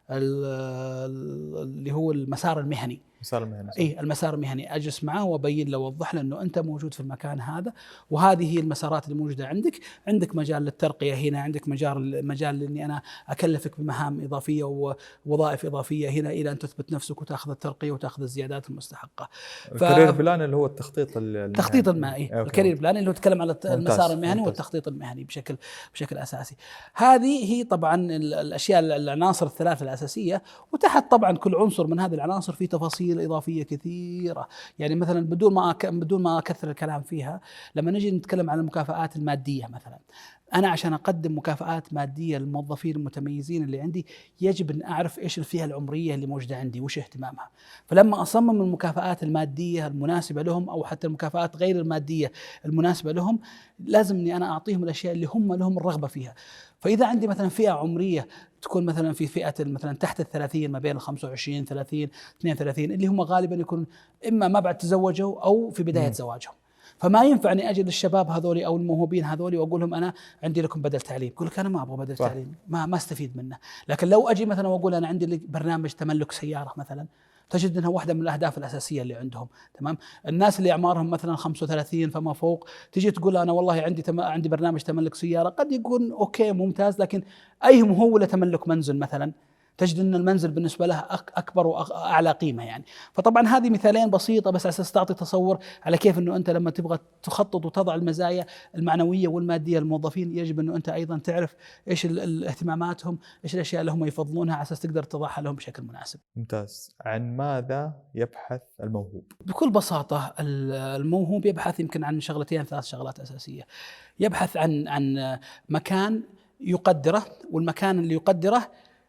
اللي هو المسار المهني. المسار المهني اجلس معه وابين له واوضح له انه انت موجود في المكان هذا، وهذه هي المسارات اللي موجوده عندك مجال للترقيه هنا، عندك مجال اني انا اكلفك بمهام اضافيه ووظائف اضافيه هنا الى ان تثبت نفسك وتاخذ الترقيه وتاخذ الزيادات المستحقه. الكارير بلان اللي هو التخطيط المهني. الكارير بلان اللي هو يتكلم على المسار المهني والتخطيط المهني بشكل اساسي. هذه هي طبعا الاشياء العناصر الثلاثه الاساسيه، وتحت طبعا كل عنصر من هذه العناصر في تفاصيل إضافية كثيرة. يعني مثلا بدون ما أكثر الكلام فيها، لما نجي نتكلم عن المكافآت المادية مثلا، أنا عشان أقدم مكافآت مادية للموظفين المتميزين اللي عندي يجب أن أعرف إيش الفئة العمرية اللي موجودة عندي وش اهتمامها. فلما أصمم المكافآت المادية المناسبة لهم أو حتى المكافآت غير المادية المناسبة لهم، لازم أني أنا أعطيهم الأشياء اللي هم لهم الرغبة فيها. فإذا عندي مثلا فئة عمرية تكون مثلا في فئة مثلا تحت 30 ما بين 25 30 32 اللي هم غالبا يكون إما ما بعد تزوجوا أو في بداية زواجهم، فما ينفع اني اجي للشباب هذولي او الموهوبين هذولي واقول لهم انا عندي لكم بدل تعليم. يقول لك انا ما ابغى بدل تعليم، ما استفيد منه. لكن لو اجي مثلا واقول انا عندي برنامج تملك سياره مثلا، تجد انها واحده من الاهداف الاساسيه اللي عندهم. تمام. الناس اللي اعمارهم مثلا 35 فما فوق تجي تقول انا والله عندي برنامج تملك سياره، قد يكون اوكي ممتاز، لكن ايهم هو لتملك منزل مثلا، تجد أن المنزل بالنسبة له أكبر وأعلى قيمة يعني. فطبعا هذه مثالين بسيطة بس على أساس تعطي تصور على كيف أنه أنت لما تبغى تخطط وتضع المزايا المعنوية والمادية للموظفين يجب أنه أنت أيضا تعرف إيش اهتماماتهم، إيش الأشياء اللي هم يفضلونها على أساس تقدر تضعها لهم بشكل مناسب. ممتاز. عن ماذا يبحث الموهوب؟ بكل بساطة الموهوب يبحث يمكن عن شغلتين 3 شغلات أساسية. يبحث عن مكان يقدره، والمكان اللي يقدره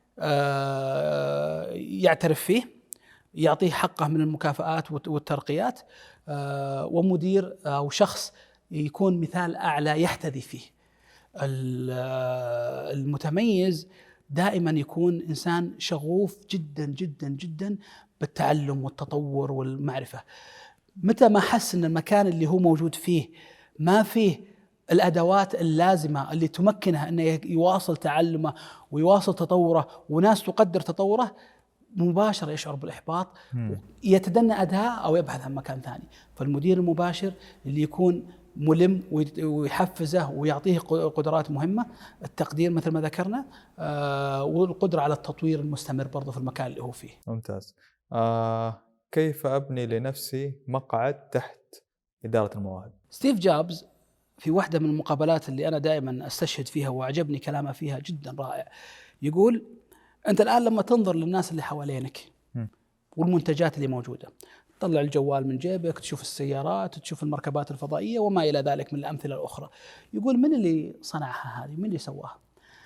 يعترف فيه، يعطيه حقه من المكافآت والترقيات، ومدير أو شخص يكون مثال أعلى يحتذي فيه. المتميز دائما يكون إنسان شغوف جدا جدا جدا بالتعلم والتطور والمعرفة. متى ما حس أن المكان اللي هو موجود فيه ما فيه الأدوات اللازمة اللي تمكنها أنه يواصل تعلمه ويواصل تطوره وناس تقدر تطوره، مباشرة يشعر بالإحباط، يتدنى أداء أو يبحث عن مكان ثاني. فالمدير المباشر اللي يكون ملم ويحفزه ويعطيه قدرات مهمة، التقدير مثل ما ذكرنا، والقدرة على التطوير المستمر برضه في المكان اللي هو فيه. ممتاز. كيف أبني لنفسي مقعد تحت إدارة المواهب؟ ستيف جوبز في واحدة من المقابلات اللي أنا دائما أستشهد فيها وعجبني كلامه فيها جدا رائع، يقول أنت الآن لما تنظر للناس اللي حوالينك والمنتجات اللي موجودة، تطلع الجوال من جيبك، تشوف السيارات، تشوف المركبات الفضائية وما إلى ذلك من الأمثلة الأخرى، يقول من اللي صنعها هذه؟ من اللي سواها؟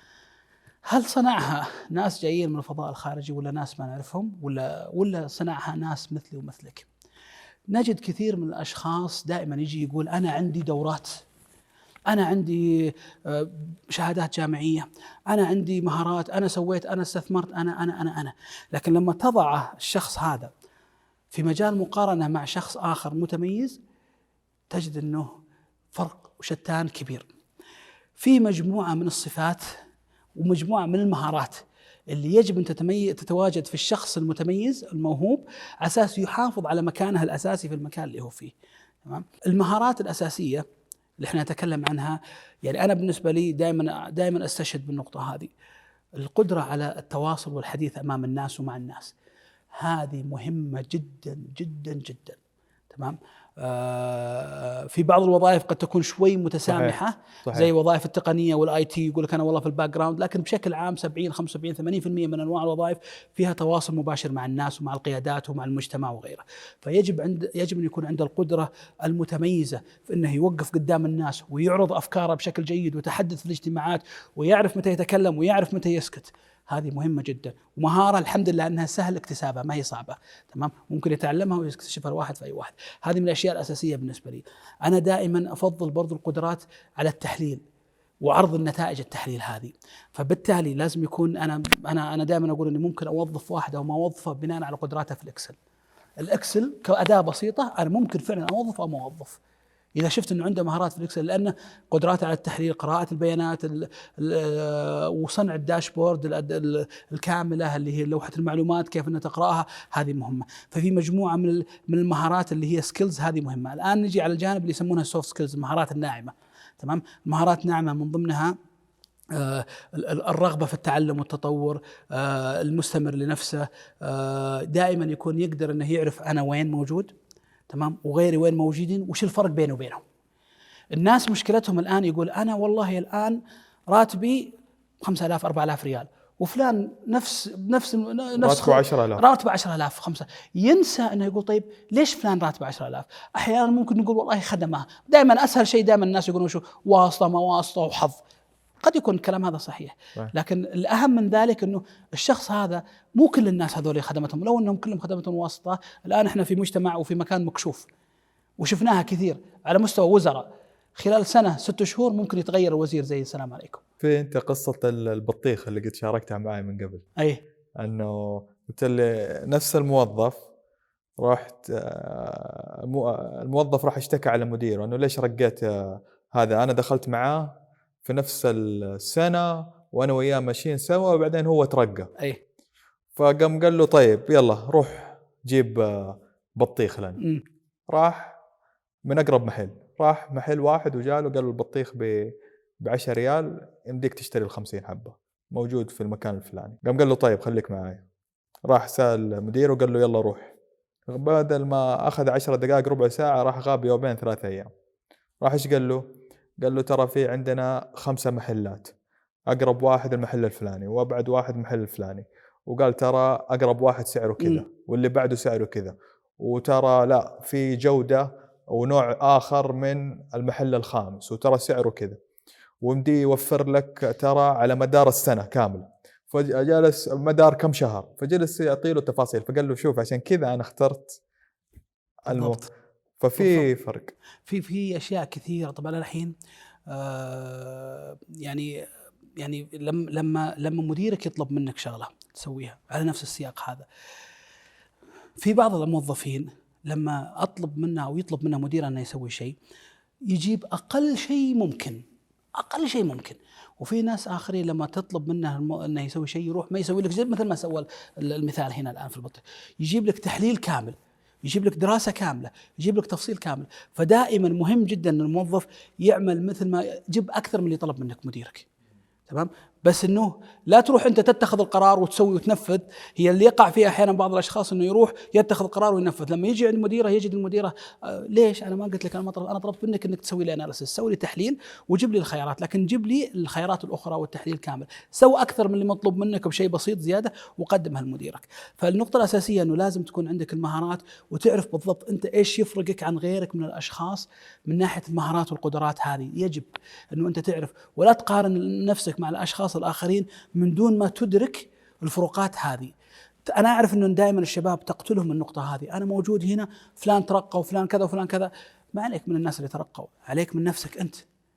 هل صنعها ناس جايين من الفضاء الخارجي ولا ناس ما نعرفهم ولا صنعها ناس مثلي ومثلك؟ نجد كثير من الأشخاص دائما يجي يقول أنا عندي دورات، أنا عندي شهادات جامعية، أنا عندي مهارات، أنا سويت، أنا استثمرت، أنا. لكن لما تضع الشخص هذا في مجال مقارنة مع شخص آخر متميز تجد أنه فرق وشتان كبير. في مجموعة من الصفات ومجموعة من المهارات اللي يجب أن تتواجد في الشخص المتميز الموهوب على أساس يحافظ على مكانه الأساسي في المكان اللي هو فيه. تمام؟ المهارات الأساسية اللي احنا نتكلم عنها، يعني أنا بالنسبة لي دائما أستشهد بالنقطة هذه، القدرة على التواصل والحديث أمام الناس ومع الناس، هذه مهمة جدا جدا جدا. تمام. في بعض الوظائف قد تكون شوي متسامحة، صحيح. زي وظائف التقنية والاي تي، يقول لك أنا والله في الباك جراوند، لكن بشكل عام 70 75 80% من أنواع الوظائف فيها تواصل مباشر مع الناس ومع القيادات ومع المجتمع وغيره. فيجب أن يكون عنده القدرة المتميزة في أنه يوقف قدام الناس ويعرض أفكاره بشكل جيد ويتحدث في الاجتماعات ويعرف متى يتكلم ويعرف متى يسكت. هذه مهمة جدا، ومهارة الحمد لله أنها سهل اكتسابها، ما هي صعبة. تمام، ممكن يتعلمها ويكتشفها الواحد في أي واحد. هذه من الأشياء الأساسية بالنسبة لي. أنا دائما أفضل برضو القدرات على التحليل وعرض النتائج التحليل هذه. فبالتالي لازم يكون أنا دائما أقول أني ممكن أوظف واحد أو ما أوظفه بناء على قدراته في الإكسل. كأداة بسيطة أنا ممكن فعلا أوظف أو ما أوظف. إذا شفت أنه عنده مهارات في الإكسل، لأنه قدراته على التحليل، قراءة البيانات، وصنع الداشبورد الكاملة اللي هي لوحة المعلومات كيف أنها تقرأها، هذه مهمة. ففي مجموعة من المهارات اللي هي سكيلز، هذه مهمة. الآن نجي على الجانب اللي يسمونها سوفت سكيلز، المهارات الناعمة. تمام. المهارات الناعمة من ضمنها الرغبة في التعلم والتطور المستمر لنفسه، دائما يكون يقدر أنه يعرف أنا وين موجود، تمام، وغيري وين موجودين، وش الفرق بينه وبينهم. الناس مشكلتهم الآن يقول أنا والله الآن راتبي 5000 4000 ريال، وفلان نفس راتبه 10000، راتبه 10000 5. ينسى أنه يقول طيب ليش فلان راتبه 10000؟ أحيانا ممكن نقول والله خدمه. دائما أسهل شيء دائما الناس يقولون شو واسطة ما واسطة وحظ. قد يكون الكلام هذا صحيح، لكن الأهم من ذلك أنه الشخص هذا مو كل الناس هذول خدمتهم، لو أنهم كلهم خدمتهم واسطة. الآن إحنا في مجتمع وفي مكان مكشوف، وشفناها كثير على مستوى وزراء، خلال سنة 6 شهور ممكن يتغير الوزير زي السلام عليكم. في أنت قصة البطيخ اللي قد شاركتها معي من قبل، أي أنه قلت لي نفس الموظف رحت الموظف راح اشتكى على مديره أنه ليش رقيت هذا، أنا دخلت معاه في نفس السنة وأنا وياه ماشيين سوا، وبعدين هو ترقى. أي فقام قال له طيب يلا روح جيب بطيخ لنا. راح من أقرب محل، راح محل واحد وجاله قال له البطيخ ب10 ريال، يمديك تشتري 50 حبة، موجود في المكان الفلاني. قام قال له طيب خليك معايا. راح سأل مديره وقال له يلا روح. بدل ما أخذ 10 دقائق ربع ساعة راح غاب 2-3 أيام. راح إيش قال له؟ قال له ترى في عندنا 5 محلات، أقرب واحد المحل الفلاني، وأبعد واحد المحل الفلاني، وقال ترى أقرب واحد سعره كذا، واللي بعده سعره كذا، وترى لا في جودة ونوع آخر من المحل الخامس، وترى سعره كذا، ومدي يوفر لك ترى على مدار السنة كامل. فجلس مدار كم شهر، فجلس يعطي له تفاصيل، فقال له شوف عشان كذا أنا اخترت بالضبط. ففي فرق، في أشياء كثيرة. طبعا الحين يعني لما مديرك يطلب منك شغلة تسويها على نفس السياق هذا، في بعض الموظفين لما أطلب منه أو يطلب منه مدير أنه يسوي شيء يجيب أقل شيء ممكن، وفي ناس آخرين لما تطلب منه أنه يسوي شيء يروح ما يسوي لك، زي مثل ما سوى المثال هنا الآن في البطيخ، يجيب لك تحليل كامل، يجيب لك دراسة كاملة، يجيب لك تفصيل كامل. فدائما مهم جدا أن الموظف يعمل مثل ما يجيب أكثر من اللي طلب منك مديرك، تمام. بس انه لا تروح انت تتخذ القرار وتسوي وتنفذ. هي اللي يقع فيها احيانا بعض الاشخاص انه يروح يتخذ القرار وينفذ، لما يجي عند مديره يجد المديره ليش انا ما قلت لك، انا طلبت منك انك تسوي لي اناليسيس، سوي لي تحليل وجيب لي الخيارات، لكن جيب لي الخيارات الاخرى والتحليل كامل، سوي اكثر من اللي مطلوب منك بشيء بسيط زياده وقدمها لمديرك. فالنقطه الاساسيه انه لازم تكون عندك المهارات وتعرف بالضبط انت ايش يفرقك عن غيرك من الاشخاص من ناحيه المهارات والقدرات هذه. يجب انه انت تعرف، ولا تقارن نفسك مع الاشخاص الاخرين من دون ما تدرك الفروقات هذه. أنا أعرف أنه دائما الشباب تقتلهم النقطة هذه، أنا موجود هنا فلان ترقى وفلان كذا وفلان كذا. ما عليك من الناس اللي ترقوا، عليك من نفسك أنت.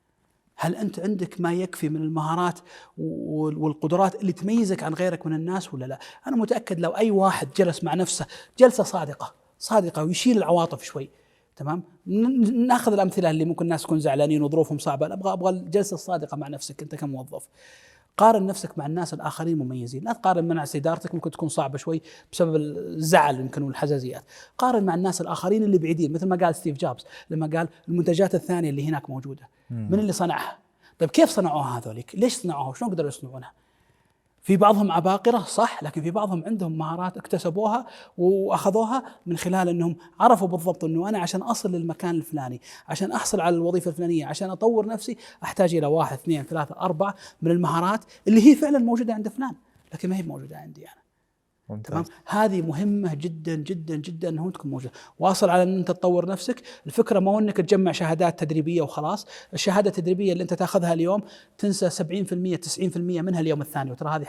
هل أنت عندك ما يكفي من المهارات والقدرات اللي تميزك عن غيرك من الناس ولا لا؟ أنا متأكد لو أي واحد جلس مع نفسه جلسة صادقة ويشيل العواطف شوي، تمام. ناخذ الأمثلة اللي ممكن الناس تكون زعلانين وظروفهم صعبة، أبغى الجلسة الصادقة مع نفسك أنت كموظف. قارن نفسك مع الناس الآخرين مميزين، لا تقارن مع ناس إدارتك ممكن تكون صعبة شوي بسبب الزعل يمكن والحزازيات. قارن مع الناس الآخرين اللي بعيدين، مثل ما قال ستيف جوبز لما قال المنتجات الثانية اللي هناك موجودة، من اللي صنعها؟ طيب كيف صنعوها هذوليك؟ ليش صنعوها؟ وشلون قدروا يصنعونها؟ في بعضهم عباقرة صح، لكن في بعضهم عندهم مهارات اكتسبوها وأخذوها من خلال أنهم عرفوا بالضبط أنه أنا عشان أصل للمكان الفلاني، عشان أحصل على الوظيفة الفلانية، عشان أطور نفسي أحتاج إلى 1 2 3 4 من المهارات اللي هي فعلا موجودة عند فلان لكن ما هي موجودة عندي أنا. تمام. هذه مهمة جدا جدا جدا أنه تكون موجودة. واصل على أن أنت تطور نفسك. الفكرة ما هو أنك تجمع شهادات تدريبية وخلاص. الشهادة التدريبية اللي أنت تأخذها اليوم تنسى 70% 90% منها اليوم الثاني، وترى هذه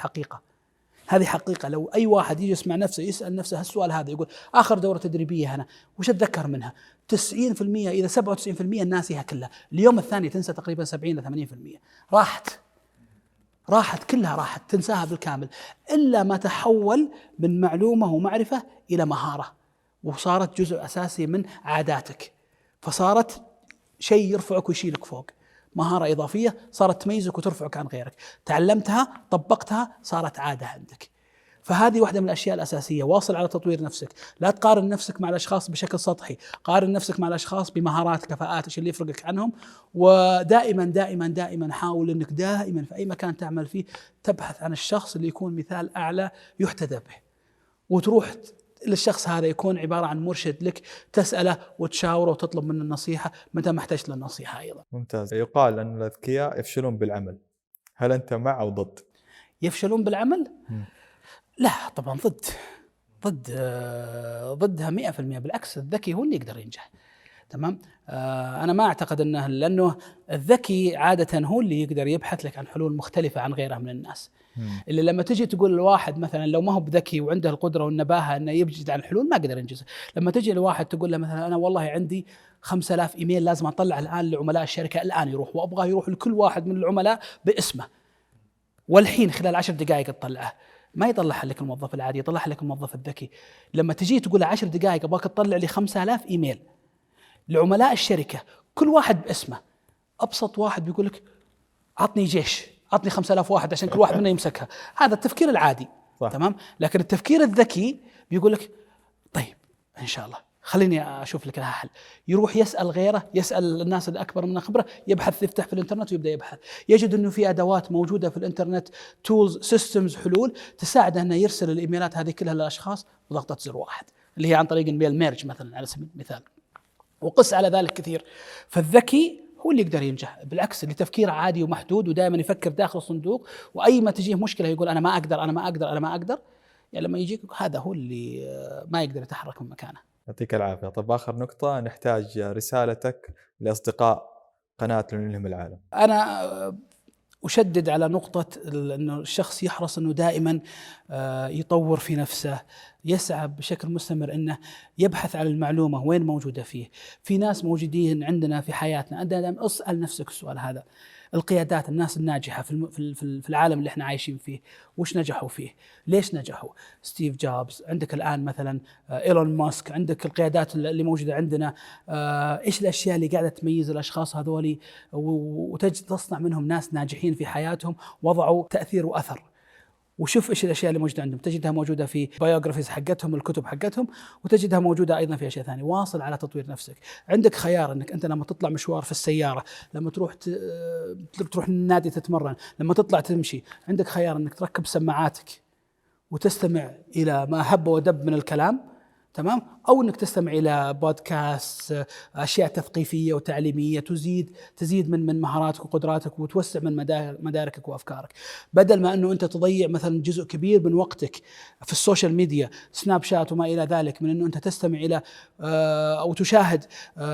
حقيقة. لو أي واحد يجلس مع نفسه يسأل نفسه هالسؤال هذا، يقول آخر دورة تدريبية هنا وش أتذكر منها؟ 90% إذا 97% ناسيها كلها، اليوم الثاني تنسى تقريبا 70 إلى 80%. راحت كلها، راحت تنساها بالكامل، إلا ما تحول من معلومة ومعرفة إلى مهارة وصارت جزء أساسي من عاداتك، فصارت شيء يرفعك ويشيلك فوق، مهارة إضافية صارت تميزك وترفعك عن غيرك، تعلمتها طبقتها صارت عادة عندك. فهذه واحدة من الأشياء الأساسية. واصل على تطوير نفسك، لا تقارن نفسك مع الأشخاص بشكل سطحي، قارن نفسك مع الأشخاص بمهارات كفاءات إيش اللي يفرقك عنهم. ودائما دائما دائما حاول أنك دائما في أي مكان تعمل فيه تبحث عن الشخص اللي يكون مثال أعلى يحتذى به، وتروح للشخص هذا يكون عبارة عن مرشد لك، تسأله وتشاوره وتطلب منه النصيحة متى ما احتجت للنصيحة أيضا. ممتاز. يقال أن الأذكياء يفشلون بالعمل، هل أنت مع أو ضد؟ يفشلون بالعمل؟ لا طبعا ضدها 100%. بالعكس الذكي هو اللي يقدر ينجح. تمام. أنا ما أعتقد أنه، لأنه الذكي عادة هو اللي يقدر يبحث لك عن حلول مختلفة عن غيره من الناس. اللي لما تجي تقول لواحد مثلا لو ما هو بذكي وعنده القدرة والنباهة أنه يبحث عن حلول ما قدر ينجز. لما تجي لواحد تقول له مثلا أنا والله عندي 5000 إيميل لازم أطلع الآن لعملاء الشركة الآن يروح، وأبغاه يروح لكل واحد من العملاء باسمه والحين خلال 10 دقائق تطلعه، ما يطلعها لك الموظف العادي، يطلعها لك الموظف الذكي. لما تجي تقول له 10 دقائق أبغاك تطلع لي 5000 إيميل لعملاء الشركة كل واحد باسمه، أبسط واحد بيقول لك عطني جيش، عطني 5000 واحد عشان كل واحد منا يمسكها. هذا التفكير العادي صح. تمام. لكن التفكير الذكي بيقول لك طيب إن شاء الله خليني أشوف لك لها حل. يروح يسأل غيره، يسأل الناس الأكبر منه خبرة، يبحث، يفتح في الإنترنت ويبدأ يبحث، يجد أنه في أدوات موجودة في الإنترنت، تولز، سيستمز، حلول تساعده أنه يرسل الإيميلات هذه كلها للأشخاص بضغطة زر واحد، اللي هي عن طريق الميل ميرج مثلا على سبيل المثال، وقس على ذلك كثير. فالذكي هو اللي يقدر ينجح. بالعكس اللي تفكيره عادي ومحدود ودائما يفكر داخل الصندوق، وأي ما تجيه مشكلة يقول أنا ما أقدر أنا ما أقدر أنا ما أقدر، يعني لما يجيك هذا هو اللي ما يقدر يتحرك من مكانه. يعطيك العافية. طب آخر نقطة، نحتاج رسالتك لأصدقاء قناة لنلهم العالم. أنا أشدد على نقطة أنه الشخص يحرص أنه دائما يطور في نفسه، يسعى بشكل مستمر أنه يبحث عن المعلومة وين موجودة فيه. في ناس موجودين عندنا في حياتنا، أنت دائما أسأل نفسك السؤال هذا. القيادات، الناس الناجحة في العالم اللي احنا عايشين فيه، وش نجحوا فيه؟ ليش نجحوا؟ ستيف جوبز، عندك الآن مثلا إيلون ماسك، عندك القيادات اللي موجودة عندنا، إيش الأشياء اللي قاعدة تميز الأشخاص هذولي وتجد تصنع منهم ناس ناجحين في حياتهم وضعوا تأثير وأثر. وشوف إيش الأشياء اللي موجودة عندهم، تجدها موجودة في بايوغرافيز حقتهم، الكتب حقتهم، وتجدها موجودة أيضا في أشياء ثانية. واصل على تطوير نفسك. عندك خيار أنك أنت لما تطلع مشوار في السيارة، لما تروح النادي تتمرن، لما تطلع تمشي، عندك خيار أنك تركب سماعاتك وتستمع إلى ما هب ودب من الكلام، تمام، أو أنك تستمع إلى بودكاست، أشياء تثقيفية وتعليمية تزيد من مهاراتك وقدراتك وتوسع من مداركك وأفكارك، بدل ما أنه أنت تضيع مثلا جزء كبير من وقتك في السوشيال ميديا، سناب شات وما إلى ذلك، من أنه أنت تستمع إلى أو تشاهد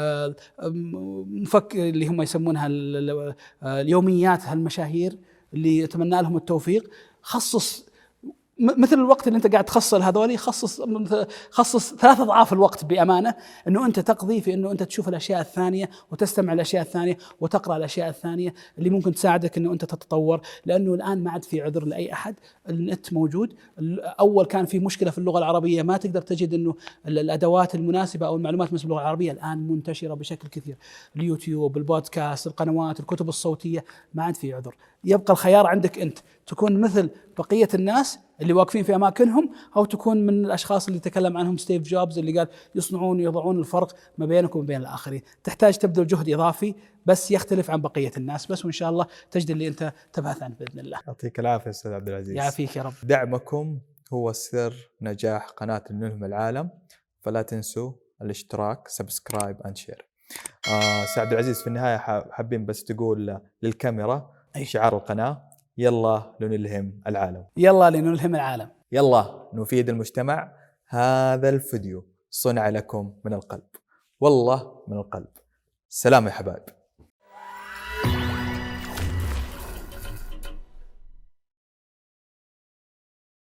اللي هم يسمونها اليوميات هالمشاهير اللي يتمنى لهم التوفيق. خصص مثل الوقت اللي انت قاعد تخصص هذولي، خصص 3 أضعاف الوقت بأمانة انه انت تقضي في انه انت تشوف الاشياء الثانية وتستمع الاشياء الثانية وتقرأ الاشياء الثانية اللي ممكن تساعدك انه انت تتطور. لانه الان ما عاد في عذر لاي احد، النت موجود. اول كان في مشكلة في اللغة العربية، ما تقدر تجد انه الادوات المناسبة او المعلومات المناسبة باللغة العربية، الان منتشرة بشكل كثير، اليوتيوب، البودكاست، القنوات، الكتب الصوتية، ما عاد في عذر. يبقى الخيار عندك انت، تكون مثل بقية الناس اللي واقفين في أماكنهم، أو تكون من الأشخاص اللي تكلم عنهم ستيف جوبز اللي قال يضعون الفرق ما بينكم وبين الآخرين. تحتاج تبذل جهد إضافي بس يختلف عن بقية الناس بس، وإن شاء الله تجد اللي أنت تبحث عنه بإذن الله. يعطيك العافية أستاذ عبد العزيز. يعافيك يا رب. دعمكم هو سر نجاح قناة لنلهم العالم، فلا تنسوا الاشتراك، سبسكرايب اند شير. أستاذ عبد العزيز، في النهاية حابين بس تقول للكاميرا شعار القناة: يلا لنلهم العالم. يلا لنلهم العالم. يلا نفيد المجتمع. هذا الفيديو صنع لكم من القلب، والله من القلب. سلام يا حبايب.